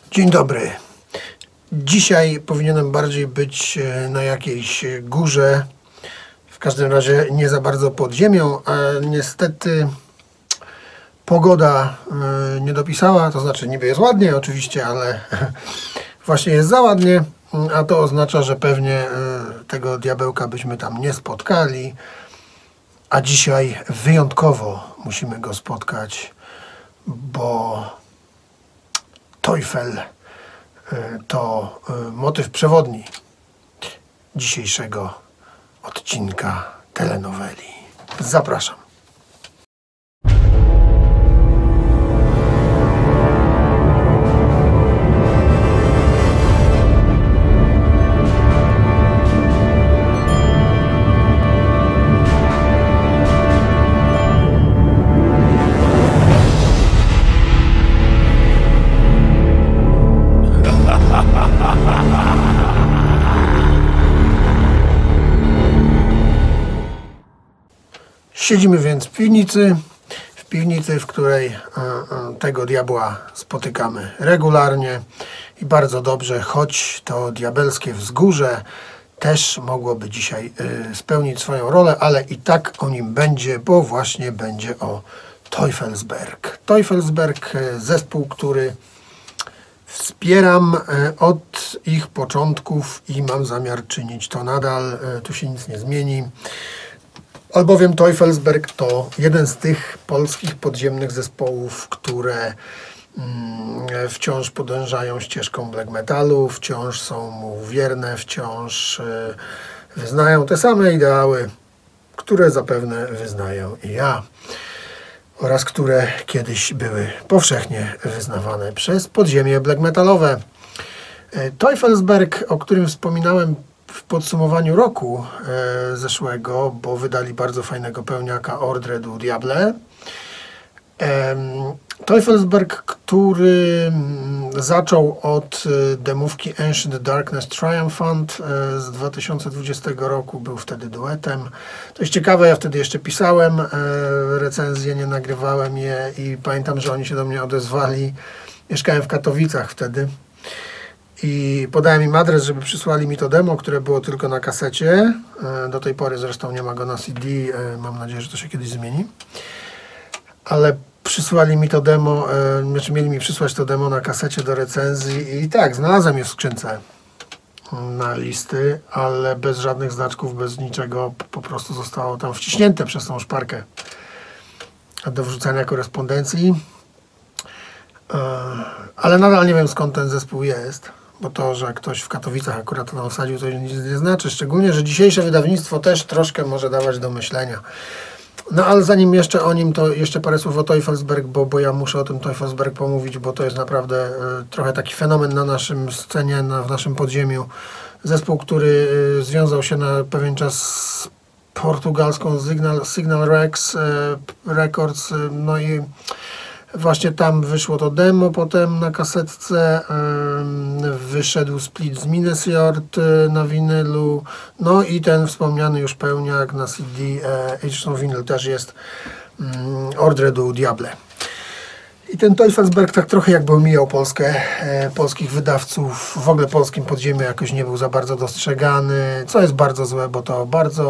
Dzień dobry. Dzisiaj powinienem bardziej być na jakiejś górze, w każdym razie nie za bardzo pod ziemią, a niestety pogoda nie dopisała, to znaczy niby jest ładnie oczywiście, ale właśnie jest za ładnie, a to oznacza, że pewnie tego diabełka byśmy tam nie spotkali, a dzisiaj wyjątkowo musimy go spotkać, bo Teufel to motyw przewodni dzisiejszego odcinka telenoweli. Zapraszam. Siedzimy więc w piwnicy, w której tego diabła spotykamy regularnie i bardzo dobrze, choć to diabelskie wzgórze też mogłoby dzisiaj spełnić swoją rolę, ale i tak o nim będzie, bo właśnie będzie o Teufelsberg. Teufelsberg, zespół, który wspieram od ich początków i mam zamiar czynić to nadal, tu się nic nie zmieni. Albowiem Teufelsberg to jeden z tych polskich podziemnych zespołów, które wciąż podążają ścieżką black metalu, wciąż są mu wierne, wciąż wyznają te same ideały, które zapewne wyznaję i ja, oraz które kiedyś były powszechnie wyznawane przez podziemie black metalowe. Teufelsberg, o którym wspominałem w podsumowaniu roku zeszłego, bo wydali bardzo fajnego pełniaka Ordre du Diable. Teufelsberg, który zaczął od demówki Ancient Darkness Triumphant z 2020 roku, był wtedy duetem. To jest ciekawe, ja wtedy jeszcze pisałem recenzje, nie nagrywałem je i pamiętam, że oni się do mnie odezwali. Mieszkałem w Katowicach wtedy. I podałem im adres, żeby przysłali mi to demo, które było tylko na kasecie. Do tej pory zresztą nie ma go na CD. Mam nadzieję, że to się kiedyś zmieni. Ale przysłali mi to demo, znaczy mieli mi przysłać to demo na kasecie do recenzji i tak, znalazłem je w skrzynce na listy, ale bez żadnych znaczków, bez niczego, po prostu zostało tam wciśnięte przez tą szparkę do wrzucania korespondencji. Ale nadal nie wiem, skąd ten zespół jest, bo to, że ktoś w Katowicach akurat to wsadził, to nic nie znaczy, szczególnie, że dzisiejsze wydawnictwo też troszkę może dawać do myślenia. No ale zanim jeszcze o nim, to jeszcze parę słów o Teufelsberg, bo ja muszę o tym Teufelsberg pomówić, bo to jest naprawdę trochę taki fenomen na naszym scenie, w naszym podziemiu. Zespół, który związał się na pewien czas z portugalską Signal Records, no i właśnie tam wyszło to demo, potem na kasetce wyszedł split z Minesiort na winylu, no i ten wspomniany już pełniak na CD, zresztą winyl też jest, Ordre du Diable. I ten Teufelsberg tak trochę jakby omijał Polskę, polskich wydawców, w ogóle polskim podziemiu jakoś nie był za bardzo dostrzegany, co jest bardzo złe, bo to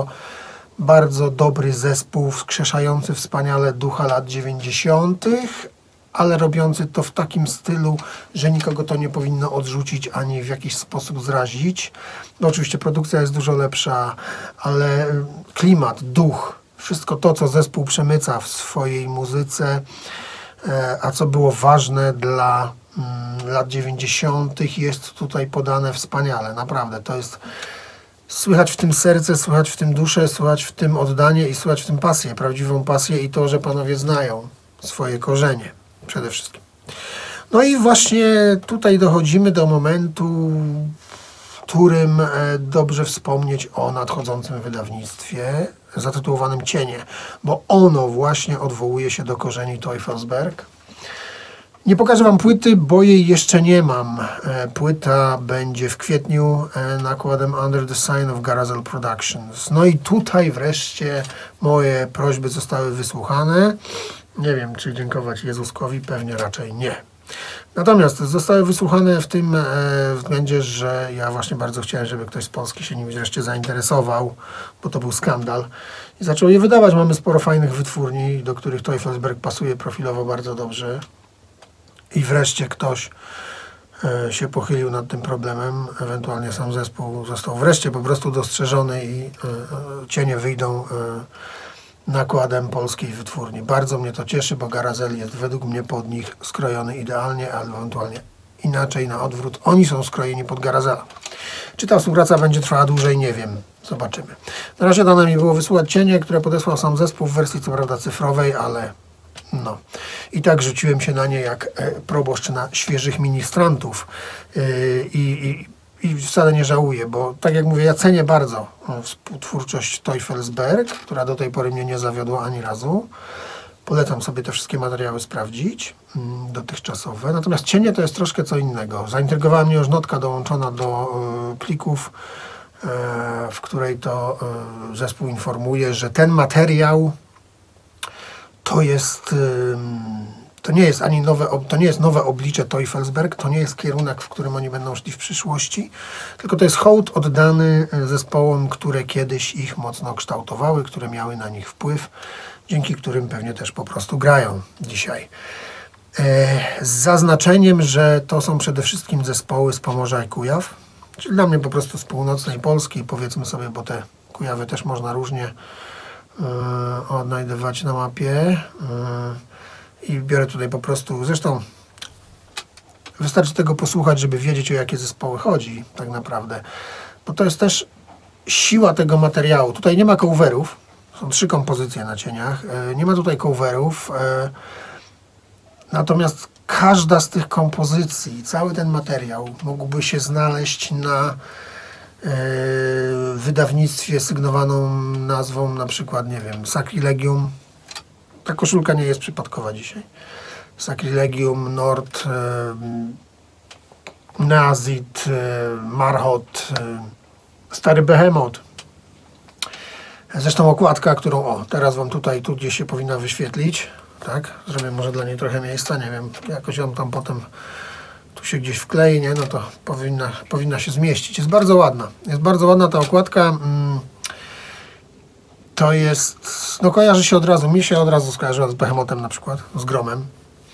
bardzo dobry zespół, wskrzeszający wspaniale ducha lat 90., ale robiący to w takim stylu, że nikogo to nie powinno odrzucić ani w jakiś sposób zrazić. No oczywiście produkcja jest dużo lepsza, ale klimat, duch, wszystko to, co zespół przemyca w swojej muzyce, a co było ważne dla lat 90., jest tutaj podane wspaniale. Naprawdę, to jest... Słychać w tym serce, słychać w tym duszę, słychać w tym oddanie i słychać w tym pasję, prawdziwą pasję i to, że panowie znają swoje korzenie przede wszystkim. No i właśnie tutaj dochodzimy do momentu, w którym dobrze wspomnieć o nadchodzącym wydawnictwie zatytułowanym Cienie, bo ono właśnie odwołuje się do korzeni Teufelsberg. Nie pokażę wam płyty, bo jej jeszcze nie mam. Płyta będzie w kwietniu nakładem Under the Sign of Garazel Productions. No i tutaj wreszcie moje prośby zostały wysłuchane. Nie wiem, czy dziękować Jezuskowi, pewnie raczej nie. Natomiast zostały wysłuchane w tym względzie, że ja właśnie bardzo chciałem, żeby ktoś z Polski się nim wreszcie zainteresował, bo to był skandal. I zaczął je wydawać. Mamy sporo fajnych wytwórni, do których Teufelsberg pasuje profilowo bardzo dobrze. I wreszcie ktoś się pochylił nad tym problemem. Ewentualnie sam zespół został wreszcie po prostu dostrzeżony i cienie wyjdą nakładem polskiej wytwórni. Bardzo mnie to cieszy, bo Garazel jest według mnie pod nich skrojony idealnie, albo ewentualnie inaczej, na odwrót. Oni są skrojeni pod Garazela. Czy ta współpraca będzie trwała dłużej? Nie wiem. Zobaczymy. Na razie dane mi było wysłuchać cienie, które podesłał sam zespół w wersji co prawda cyfrowej, ale no. I tak rzuciłem się na nie jak proboszcz na świeżych ministrantów. I wcale nie żałuję, bo tak jak mówię, ja cenię bardzo współtwórczość Teufelsberg, która do tej pory mnie nie zawiodła ani razu. Polecam sobie te wszystkie materiały sprawdzić, dotychczasowe. Natomiast cienie to jest troszkę co innego. Zaintrygowała mnie już notka dołączona do plików, w której to zespół informuje, że ten materiał to nie jest to nie jest nowe oblicze Teufelsberg, to nie jest kierunek, w którym oni będą szli w przyszłości, tylko to jest hołd oddany zespołom, które kiedyś ich mocno kształtowały, które miały na nich wpływ, dzięki którym pewnie też po prostu grają dzisiaj. Z zaznaczeniem, że to są przede wszystkim zespoły z Pomorza i Kujaw, czyli dla mnie po prostu z północnej Polski, powiedzmy sobie, bo te Kujawy też można różnie odnajdywać na mapie. I biorę tutaj po prostu, zresztą wystarczy tego posłuchać, żeby wiedzieć, o jakie zespoły chodzi tak naprawdę. Bo to jest też siła tego materiału. Tutaj nie ma coverów, są 3 kompozycje na cieniach, nie ma tutaj coverów, natomiast każda z tych kompozycji, cały ten materiał mógłby się znaleźć na wydawnictwie sygnowaną nazwą na przykład, nie wiem, Sacrilegium. Ta koszulka nie jest przypadkowa dzisiaj. Sacrilegium, Nord, Neazit, Marhot, Stary Behemoth. Zresztą okładka, którą teraz wam tutaj, tu gdzieś się powinna wyświetlić. Tak? Zrobię może dla niej trochę miejsca, nie wiem, jakoś ją tam potem tu się gdzieś wklei, nie? No to powinna się zmieścić. Jest bardzo ładna. Jest bardzo ładna ta okładka. To jest, no kojarzy się od razu, mi się od razu skojarzyła z Behemothem na przykład, z Gromem.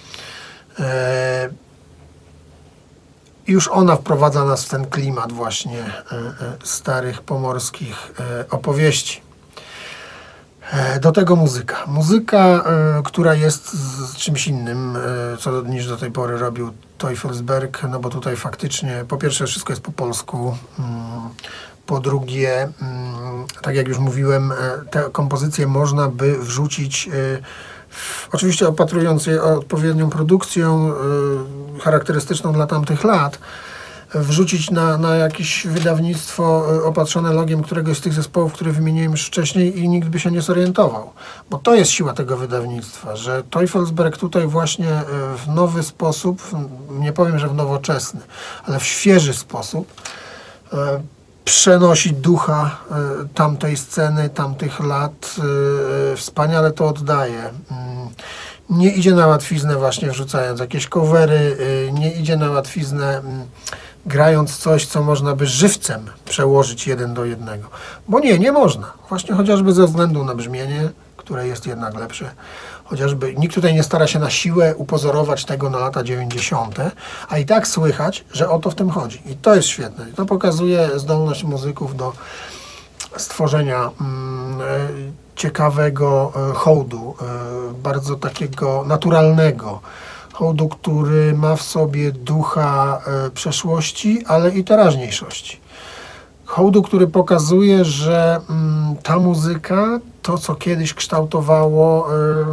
Już ona wprowadza nas w ten klimat właśnie starych pomorskich opowieści. Do tego muzyka. Muzyka, która jest z czymś innym, niż do tej pory robił Teufelsberg, no bo tutaj faktycznie, po pierwsze, wszystko jest po polsku, po drugie, tak jak już mówiłem, te kompozycje można by wrzucić, oczywiście opatrując je odpowiednią produkcją charakterystyczną dla tamtych lat, wrzucić na jakieś wydawnictwo opatrzone logiem któregoś z tych zespołów, które wymieniłem już wcześniej i nikt by się nie zorientował. Bo to jest siła tego wydawnictwa, że Teufelsberg tutaj właśnie w nowy sposób, nie powiem, że w nowoczesny, ale w świeży sposób przenosi ducha tamtej sceny, tamtych lat, wspaniale to oddaje. Nie idzie na łatwiznę właśnie wrzucając jakieś covery, nie idzie na łatwiznę grając coś, co można by żywcem przełożyć 1 do 1. Bo nie można. Właśnie chociażby ze względu na brzmienie, które jest jednak lepsze. Chociażby nikt tutaj nie stara się na siłę upozorować tego na lata 90., a i tak słychać, że o to w tym chodzi. I to jest świetne. I to pokazuje zdolność muzyków do stworzenia ciekawego hołdu, bardzo takiego naturalnego hołdu, który ma w sobie ducha przeszłości, ale i teraźniejszości. Hołdu, który pokazuje, że ta muzyka, to co kiedyś kształtowało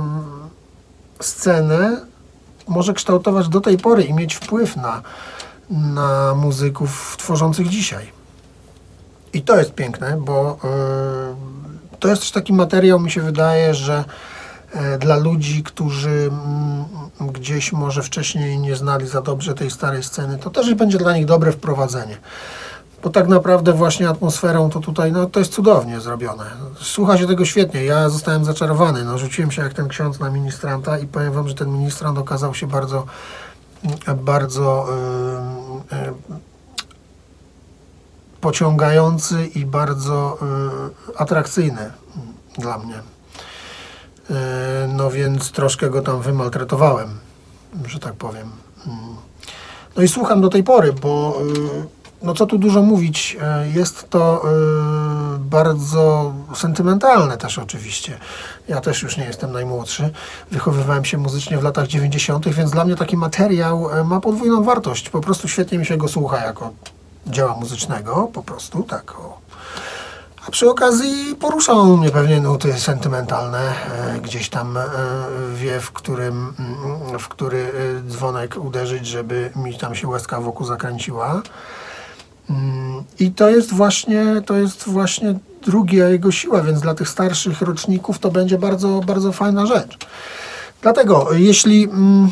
scenę, może kształtować do tej pory i mieć wpływ na muzyków tworzących dzisiaj. I to jest piękne, bo to jest też taki materiał, mi się wydaje, że dla ludzi, którzy gdzieś może wcześniej nie znali za dobrze tej starej sceny, to też będzie dla nich dobre wprowadzenie. Bo tak naprawdę właśnie atmosferą to tutaj, no to jest cudownie zrobione. Słucha się tego świetnie. Ja zostałem zaczarowany. No, rzuciłem się jak ten ksiądz na ministranta i powiem wam, że ten ministrant okazał się bardzo bardzo pociągający i bardzo atrakcyjny dla mnie. No więc troszkę go tam wymaltretowałem, że tak powiem. No i słucham do tej pory, bo no co tu dużo mówić, jest to bardzo sentymentalne też oczywiście. Ja też już nie jestem najmłodszy. Wychowywałem się muzycznie w latach 90., więc dla mnie taki materiał ma podwójną wartość. Po prostu świetnie mi się go słucha jako dzieła muzycznego, po prostu tak o. A przy okazji poruszą mnie pewnie nuty sentymentalne, gdzieś tam wie, w który dzwonek uderzyć, żeby mi tam się łezka wokół zakręciła. I to jest właśnie druga jego siła, więc dla tych starszych roczników to będzie bardzo, bardzo fajna rzecz. Dlatego, jeśli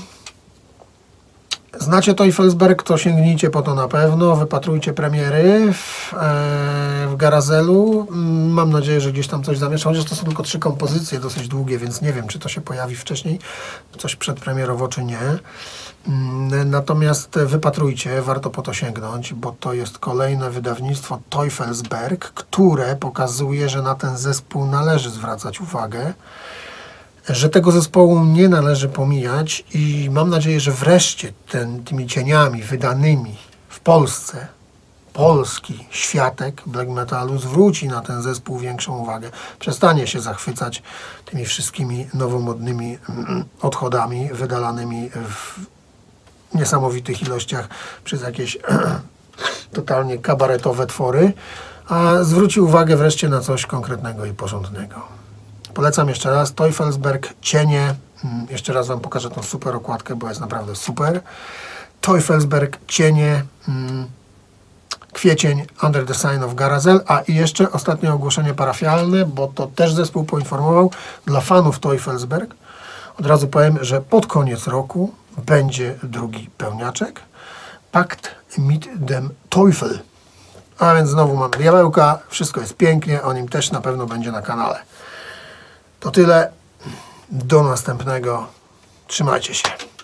znacie Teufelsberg, to sięgnijcie po to na pewno, wypatrujcie premiery w Garazelu. Mam nadzieję, że gdzieś tam coś zamieszczą, chociaż to są tylko 3 kompozycje, dosyć długie, więc nie wiem, czy to się pojawi wcześniej, coś przedpremierowo, czy nie. Natomiast wypatrujcie, warto po to sięgnąć, bo to jest kolejne wydawnictwo Teufelsberg, które pokazuje, że na ten zespół należy zwracać uwagę, że tego zespołu nie należy pomijać i mam nadzieję, że wreszcie tymi cieniami wydanymi w Polsce polski światek black metalu zwróci na ten zespół większą uwagę. Przestanie się zachwycać tymi wszystkimi nowomodnymi odchodami wydalanymi w niesamowitych ilościach przez jakieś totalnie kabaretowe twory, a zwróci uwagę wreszcie na coś konkretnego i porządnego. Polecam jeszcze raz Teufelsberg, Cienie. Jeszcze raz Wam pokażę tą super okładkę, bo jest naprawdę super. Teufelsberg, Cienie, kwiecień, Under the Sign of Garazel. A i jeszcze ostatnie ogłoszenie parafialne, bo to też zespół poinformował dla fanów Teufelsberg. Od razu powiem, że pod koniec roku będzie drugi pełniaczek. Pakt mit dem Teufel. A więc znowu mamy diabełka, wszystko jest pięknie, o nim też na pewno będzie na kanale. To tyle, do następnego, trzymajcie się.